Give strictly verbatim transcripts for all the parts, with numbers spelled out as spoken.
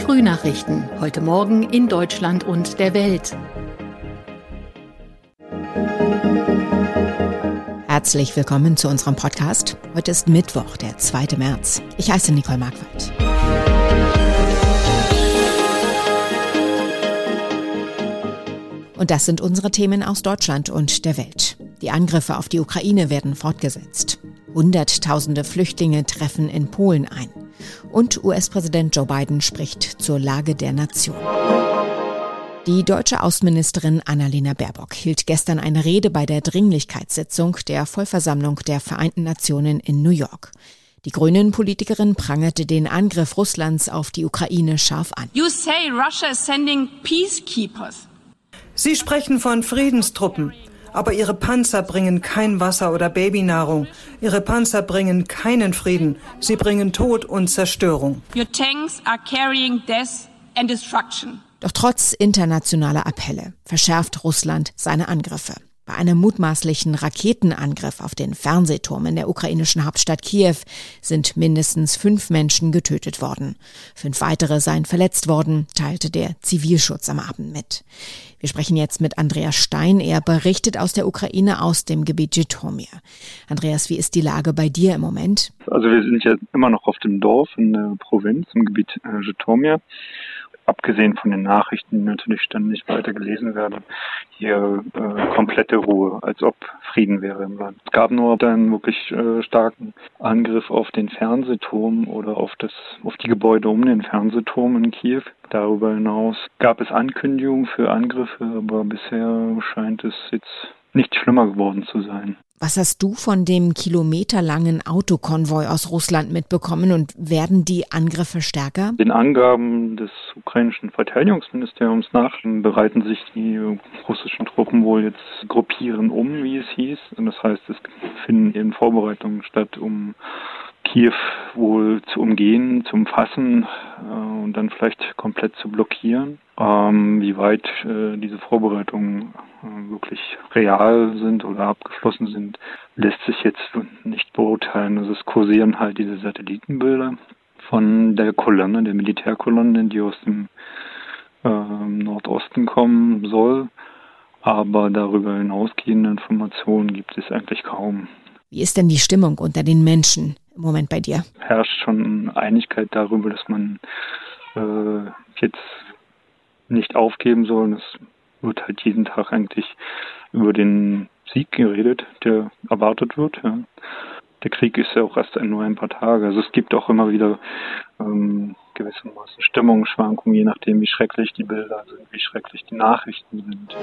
Frühnachrichten. Heute Morgen in Deutschland und der Welt. Herzlich willkommen zu unserem Podcast. Heute ist Mittwoch, der zweite März. Ich heiße Nicole Markwald. Und das sind unsere Themen aus Deutschland und der Welt. Die Angriffe auf die Ukraine werden fortgesetzt. Hunderttausende Flüchtlinge treffen in Polen ein. Und U S-Präsident Joe Biden spricht zur Lage der Nation. Die deutsche Außenministerin Annalena Baerbock hielt gestern eine Rede bei der Dringlichkeitssitzung der Vollversammlung der Vereinten Nationen in New York. Die Grünen-Politikerin prangerte den Angriff Russlands auf die Ukraine scharf an. You say Russia is sending peacekeepers. Sie sprechen von Friedenstruppen, aber ihre Panzer bringen kein Wasser oder Babynahrung. Ihre Panzer bringen keinen Frieden. Sie bringen Tod und Zerstörung. Your tanks are carrying death and destruction. Doch trotz internationaler Appelle verschärft Russland seine Angriffe. Bei einem mutmaßlichen Raketenangriff auf den Fernsehturm in der ukrainischen Hauptstadt Kiew sind mindestens fünf Menschen getötet worden. Fünf weitere seien verletzt worden, teilte der Zivilschutz am Abend mit. Wir sprechen jetzt mit Andreas Stein. Er berichtet aus der Ukraine, aus dem Gebiet Jitomir. Andreas, wie ist die Lage bei dir im Moment? Also wir sind ja immer noch auf dem Dorf in der Provinz, im Gebiet äh, Jitomir. Abgesehen von den Nachrichten, die natürlich ständig weiter gelesen werden, hier äh, komplette Ruhe, als ob Frieden wäre im Land. Es gab nur einen wirklich äh, starken Angriff auf den Fernsehturm oder auf das, auf die Gebäude um den Fernsehturm in Kiew. Darüber hinaus gab es Ankündigungen für Angriffe, aber bisher scheint es jetzt nicht schlimmer geworden zu sein. Was hast du von dem kilometerlangen Autokonvoi aus Russland mitbekommen und werden die Angriffe stärker? Den Angaben des ukrainischen Verteidigungsministeriums nach bereiten sich die russischen Truppen wohl jetzt gruppieren um, wie es hieß. Und das heißt, es finden eben Vorbereitungen statt, um Kiew wohl zu umgehen, zu umfassen äh, und dann vielleicht komplett zu blockieren. Ähm, wie weit äh, diese Vorbereitungen äh, wirklich real sind oder abgeschlossen sind, lässt sich jetzt nicht beurteilen. Also es kursieren halt diese Satellitenbilder von der Kolonne, der Militärkolonne, die aus dem äh, Nordosten kommen soll. Aber darüber hinausgehende Informationen gibt es eigentlich kaum. Wie ist denn die Stimmung unter den Menschen im Moment bei dir? Herrscht schon Einigkeit darüber, dass man äh, jetzt nicht aufgeben soll. Es wird halt jeden Tag eigentlich über den Sieg geredet, der erwartet wird. Ja. Der Krieg ist ja auch erst nur ein paar Tage. Also es gibt auch immer wieder ähm, gewissermaßen Stimmungsschwankungen, je nachdem, wie schrecklich die Bilder sind, wie schrecklich die Nachrichten sind.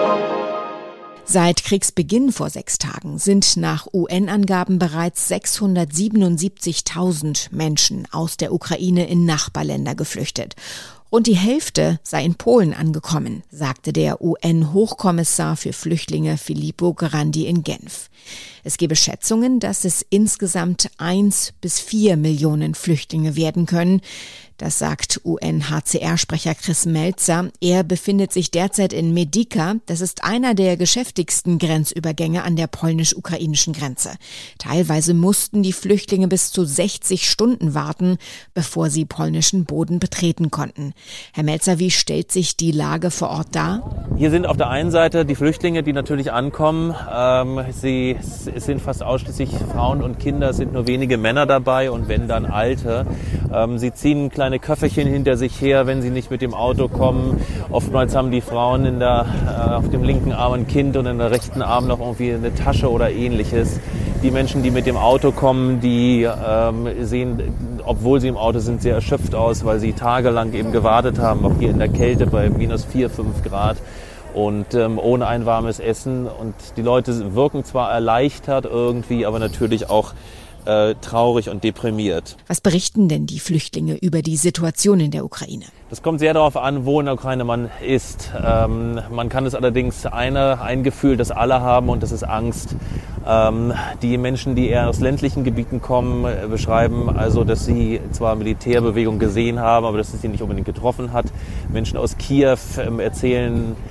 Seit Kriegsbeginn vor sechs Tagen sind nach U N-Angaben bereits sechshundertsiebenundsiebzigtausend Menschen aus der Ukraine in Nachbarländer geflüchtet. Rund die Hälfte sei in Polen angekommen, sagte der U N-Hochkommissar für Flüchtlinge Filippo Grandi in Genf. Es gebe Schätzungen, dass es insgesamt eins bis vier Millionen Flüchtlinge werden können. Das sagt U N H C R-Sprecher Chris Melzer. Er befindet sich derzeit in Medyka. Das ist einer der geschäftigsten Grenzübergänge an der polnisch-ukrainischen Grenze. Teilweise mussten die Flüchtlinge bis zu sechzig Stunden warten, bevor sie polnischen Boden betreten konnten. Herr Melzer, wie stellt sich die Lage vor Ort dar? Hier sind auf der einen Seite die Flüchtlinge, die natürlich ankommen. Ähm, sie, es sind fast ausschließlich Frauen und Kinder, es sind nur wenige Männer dabei und wenn dann Alte. Ähm, sie ziehen kleine Köfferchen hinter sich her, wenn sie nicht mit dem Auto kommen. Oftmals haben die Frauen in der, äh, auf dem linken Arm ein Kind und in der rechten Arm noch irgendwie eine Tasche oder ähnliches. Die Menschen, die mit dem Auto kommen, die ähm, sehen, obwohl sie im Auto sind, sehr erschöpft aus, weil sie tagelang eben gewartet haben, auch hier in der Kälte bei minus vier, fünf Grad. Und ähm, ohne ein warmes Essen. Und die Leute wirken zwar erleichtert irgendwie, aber natürlich auch äh, traurig und deprimiert. Was berichten denn die Flüchtlinge über die Situation in der Ukraine? Das kommt sehr darauf an, wo in der Ukraine man ist. Ähm, man kann es allerdings eine, ein Gefühl, das alle haben, und das ist Angst. Ähm, die Menschen, die eher aus ländlichen Gebieten kommen, äh, beschreiben also, dass sie zwar Militärbewegung gesehen haben, aber dass es sie nicht unbedingt getroffen hat. Menschen aus Kiew ähm, erzählen,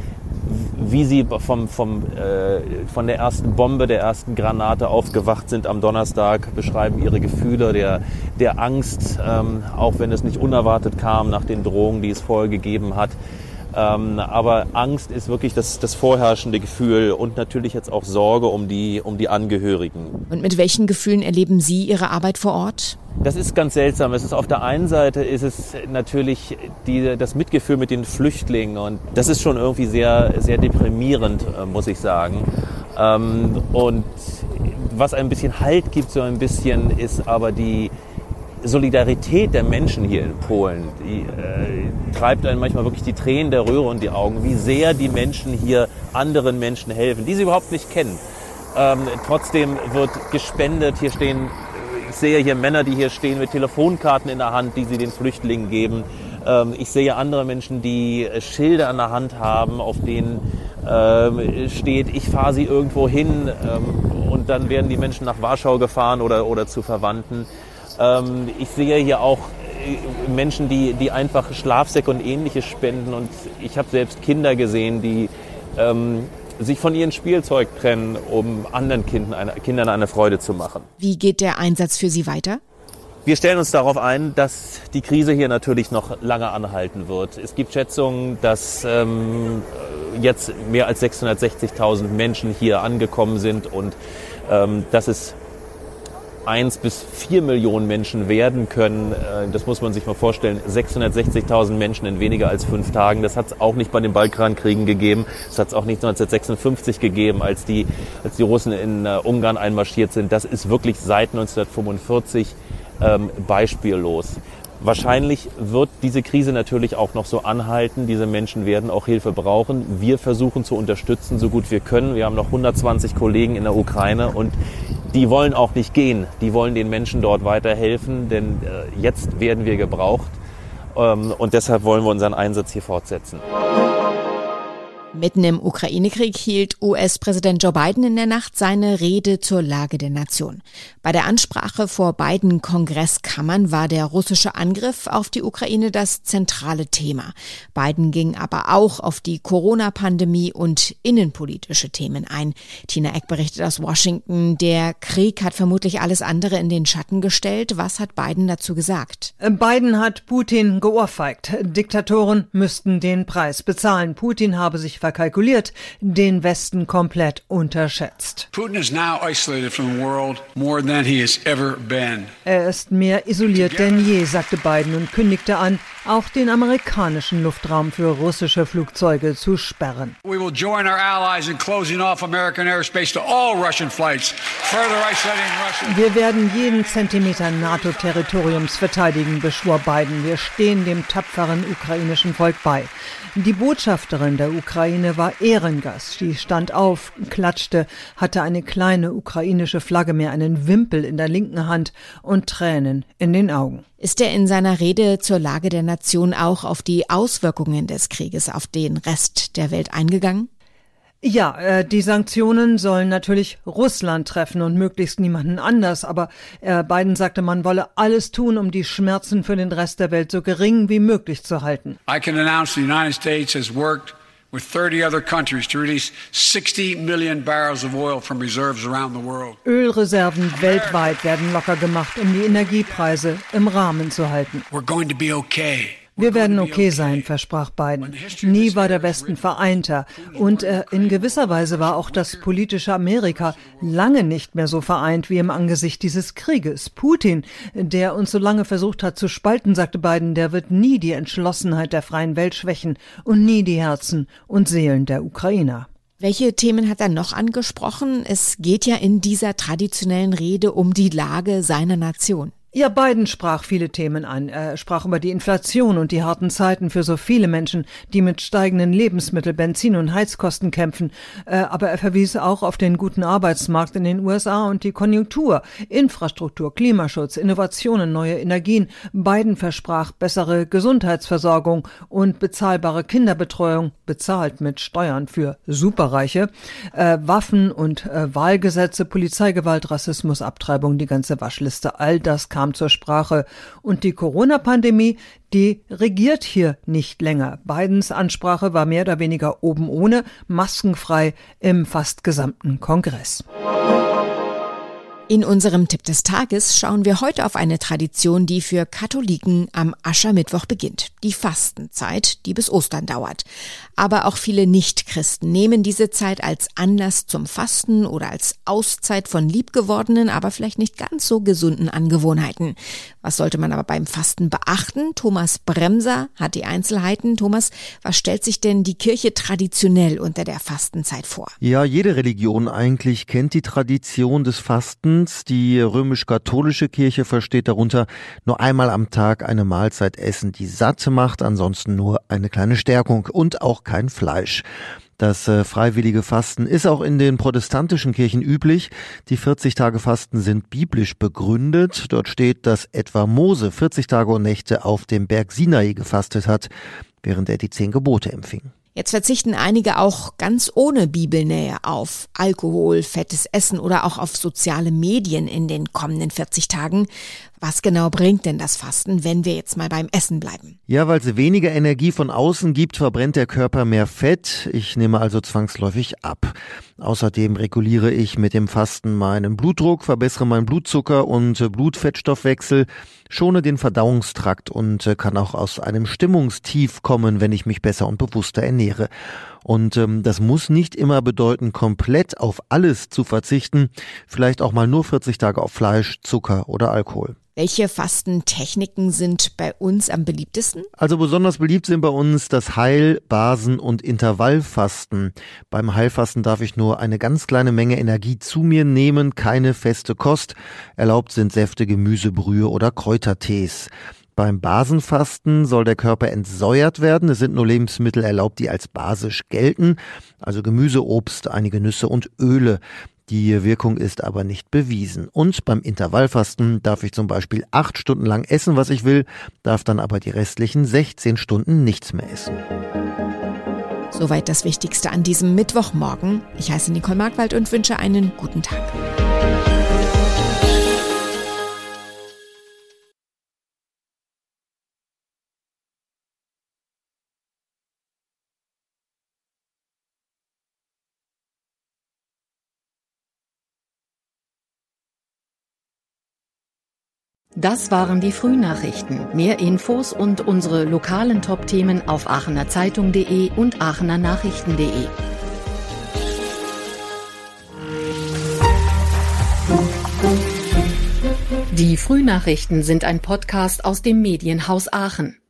wie sie vom, vom, äh, von der ersten Bombe, der ersten Granate aufgewacht sind am Donnerstag, beschreiben ihre Gefühle der, der Angst, ähm, auch wenn es nicht unerwartet kam nach den Drohungen, die es vorher gegeben hat. Ähm, aber Angst ist wirklich das, das vorherrschende Gefühl und natürlich jetzt auch Sorge um die, um die Angehörigen. Und mit welchen Gefühlen erleben Sie Ihre Arbeit vor Ort? Das ist ganz seltsam. Es ist auf der einen Seite ist es natürlich die, das Mitgefühl mit den Flüchtlingen und das ist schon irgendwie sehr, sehr deprimierend, muss ich sagen. Ähm, und was ein bisschen Halt gibt, so ein bisschen, ist aber die Solidarität der Menschen hier in Polen. Die äh, treibt einen manchmal wirklich die Tränen der Röhre in die Augen, wie sehr die Menschen hier anderen Menschen helfen, die sie überhaupt nicht kennen. Ähm, trotzdem wird gespendet. Hier stehen Ich sehe hier Männer, die hier stehen mit Telefonkarten in der Hand, die sie den Flüchtlingen geben. Ich sehe andere Menschen, die Schilder an der Hand haben, auf denen steht, ich fahre sie irgendwo hin, und dann werden die Menschen nach Warschau gefahren oder, oder zu Verwandten. Ich sehe hier auch Menschen, die, die einfach Schlafsäcke und Ähnliches spenden, und ich habe selbst Kinder gesehen, die sich von ihrem Spielzeug trennen, um anderen Kindern eine, Kindern eine Freude zu machen. Wie geht der Einsatz für Sie weiter? Wir stellen uns darauf ein, dass die Krise hier natürlich noch lange anhalten wird. Es gibt Schätzungen, dass ähm, jetzt mehr als sechshundertsechzigtausend Menschen hier angekommen sind und ähm, dass es eins bis vier Millionen Menschen werden können. Das muss man sich mal vorstellen. sechshundertsechzigtausend Menschen in weniger als fünf Tagen. Das hat es auch nicht bei den Balkankriegen gegeben. Das hat es auch nicht neunzehnhundertsechsundfünfzig gegeben, als die, als die Russen in uh, Ungarn einmarschiert sind. Das ist wirklich seit neunzehnhundertfünfundvierzig ähm, beispiellos. Wahrscheinlich wird diese Krise natürlich auch noch so anhalten. Diese Menschen werden auch Hilfe brauchen. Wir versuchen zu unterstützen, so gut wir können. Wir haben noch hundertzwanzig Kollegen in der Ukraine und die wollen auch nicht gehen. Die wollen den Menschen dort weiterhelfen, denn äh, jetzt werden wir gebraucht. Ähm, und deshalb wollen wir unseren Einsatz hier fortsetzen. Mitten im Ukraine-Krieg hielt U S-Präsident Joe Biden in der Nacht seine Rede zur Lage der Nation. Bei der Ansprache vor beiden Kongresskammern war der russische Angriff auf die Ukraine das zentrale Thema. Biden ging aber auch auf die Corona-Pandemie und innenpolitische Themen ein. Tina Eck berichtet aus Washington, der Krieg hat vermutlich alles andere in den Schatten gestellt. Was hat Biden dazu gesagt? Biden hat Putin geohrfeigt. Diktatoren müssten den Preis bezahlen. Putin habe sich verkalkuliert, den Westen komplett unterschätzt. Putin is now isolated from the world more than he has ever been. Er ist mehr isoliert denn je, sagte Biden und kündigte an, auch den amerikanischen Luftraum für russische Flugzeuge zu sperren. We will join our allies in closing off American airspace to all Russian flights, further isolating Russia. Wir werden jeden Zentimeter NATO-Territoriums verteidigen, beschwor Biden. Wir stehen dem tapferen ukrainischen Volk bei. Die Botschafterin der Ukraine war Ehrengast. Sie stand auf, klatschte, hatte eine kleine ukrainische Flagge mehr, einen Wimpel in der linken Hand und Tränen in den Augen. Ist er in seiner Rede zur Lage der Nation auch auf die Auswirkungen des Krieges auf den Rest der Welt eingegangen? Ja, äh, die Sanktionen sollen natürlich Russland treffen und möglichst niemanden anders. Aber äh, Biden sagte, man wolle alles tun, um die Schmerzen für den Rest der Welt so gering wie möglich zu halten. I can announce the United States has worked with thirty other countries to release sixty million barrels of oil from reserves around the world. Ölreserven weltweit werden locker gemacht, um die Energiepreise im Rahmen zu halten. We're going to be okay. Wir werden okay sein, versprach Biden. Nie war der Westen vereinter. Und äh, in gewisser Weise war auch das politische Amerika lange nicht mehr so vereint wie im Angesicht dieses Krieges. Putin, der uns so lange versucht hat zu spalten, sagte Biden, der wird nie die Entschlossenheit der freien Welt schwächen und nie die Herzen und Seelen der Ukrainer. Welche Themen hat er noch angesprochen? Es geht ja in dieser traditionellen Rede um die Lage seiner Nation. Ja, Biden sprach viele Themen an. Er sprach über die Inflation und die harten Zeiten für so viele Menschen, die mit steigenden Lebensmittel-, Benzin- und Heizkosten kämpfen. Aber er verwies auch auf den guten Arbeitsmarkt in den U S A und die Konjunktur, Infrastruktur, Klimaschutz, Innovationen, neue Energien. Biden versprach bessere Gesundheitsversorgung und bezahlbare Kinderbetreuung, bezahlt mit Steuern für Superreiche, äh, Waffen- und äh, Wahlgesetze, Polizeigewalt, Rassismus, Abtreibung, die ganze Waschliste. All das kam kam zur Sprache. Und die Corona-Pandemie, die regiert hier nicht länger. Bidens Ansprache war mehr oder weniger oben ohne, maskenfrei im fast gesamten Kongress. In unserem Tipp des Tages schauen wir heute auf eine Tradition, die für Katholiken am Aschermittwoch beginnt. Die Fastenzeit, die bis Ostern dauert. Aber auch viele Nichtchristen nehmen diese Zeit als Anlass zum Fasten oder als Auszeit von liebgewordenen, aber vielleicht nicht ganz so gesunden Angewohnheiten. Was sollte man aber beim Fasten beachten? Thomas Bremser hat die Einzelheiten. Thomas, was stellt sich denn die Kirche traditionell unter der Fastenzeit vor? Ja, jede Religion eigentlich kennt die Tradition des Fastens. Die römisch-katholische Kirche versteht darunter nur einmal am Tag eine Mahlzeit essen, die satt macht, ansonsten nur eine kleine Stärkung und auch kein Fleisch. Das äh, freiwillige Fasten ist auch in den protestantischen Kirchen üblich. Die vierzig Tage Fasten sind biblisch begründet. Dort steht, dass etwa Mose vierzig Tage und Nächte auf dem Berg Sinai gefastet hat, während er die zehn Gebote empfing. Jetzt verzichten einige auch ganz ohne Bibelnähe auf Alkohol, fettes Essen oder auch auf soziale Medien in den kommenden vierzig Tagen. Was genau bringt denn das Fasten, wenn wir jetzt mal beim Essen bleiben? Ja, weil es weniger Energie von außen gibt, verbrennt der Körper mehr Fett. Ich nehme also zwangsläufig ab. Außerdem reguliere ich mit dem Fasten meinen Blutdruck, verbessere meinen Blutzucker und Blutfettstoffwechsel, schone den Verdauungstrakt und kann auch aus einem Stimmungstief kommen, wenn ich mich besser und bewusster ernähre. Und ähm, das muss nicht immer bedeuten, komplett auf alles zu verzichten. Vielleicht auch mal nur vierzig Tage auf Fleisch, Zucker oder Alkohol. Welche Fastentechniken sind bei uns am beliebtesten? Also besonders beliebt sind bei uns das Heil-, Basen- und Intervallfasten. Beim Heilfasten darf ich nur eine ganz kleine Menge Energie zu mir nehmen, keine feste Kost. Erlaubt sind Säfte, Gemüse, Brühe oder Kräutertees. Beim Basenfasten soll der Körper entsäuert werden. Es sind nur Lebensmittel erlaubt, die als basisch gelten, also Gemüse, Obst, einige Nüsse und Öle. Die Wirkung ist aber nicht bewiesen. Und beim Intervallfasten darf ich zum Beispiel acht Stunden lang essen, was ich will, darf dann aber die restlichen sechzehn Stunden nichts mehr essen. Soweit das Wichtigste an diesem Mittwochmorgen. Ich heiße Nicole Markwald und wünsche einen guten Tag. Das waren die Frühnachrichten. Mehr Infos und unsere lokalen Top-Themen auf aachener zeitung punkt de und aachener nachrichten punkt de. Die Frühnachrichten sind ein Podcast aus dem Medienhaus Aachen.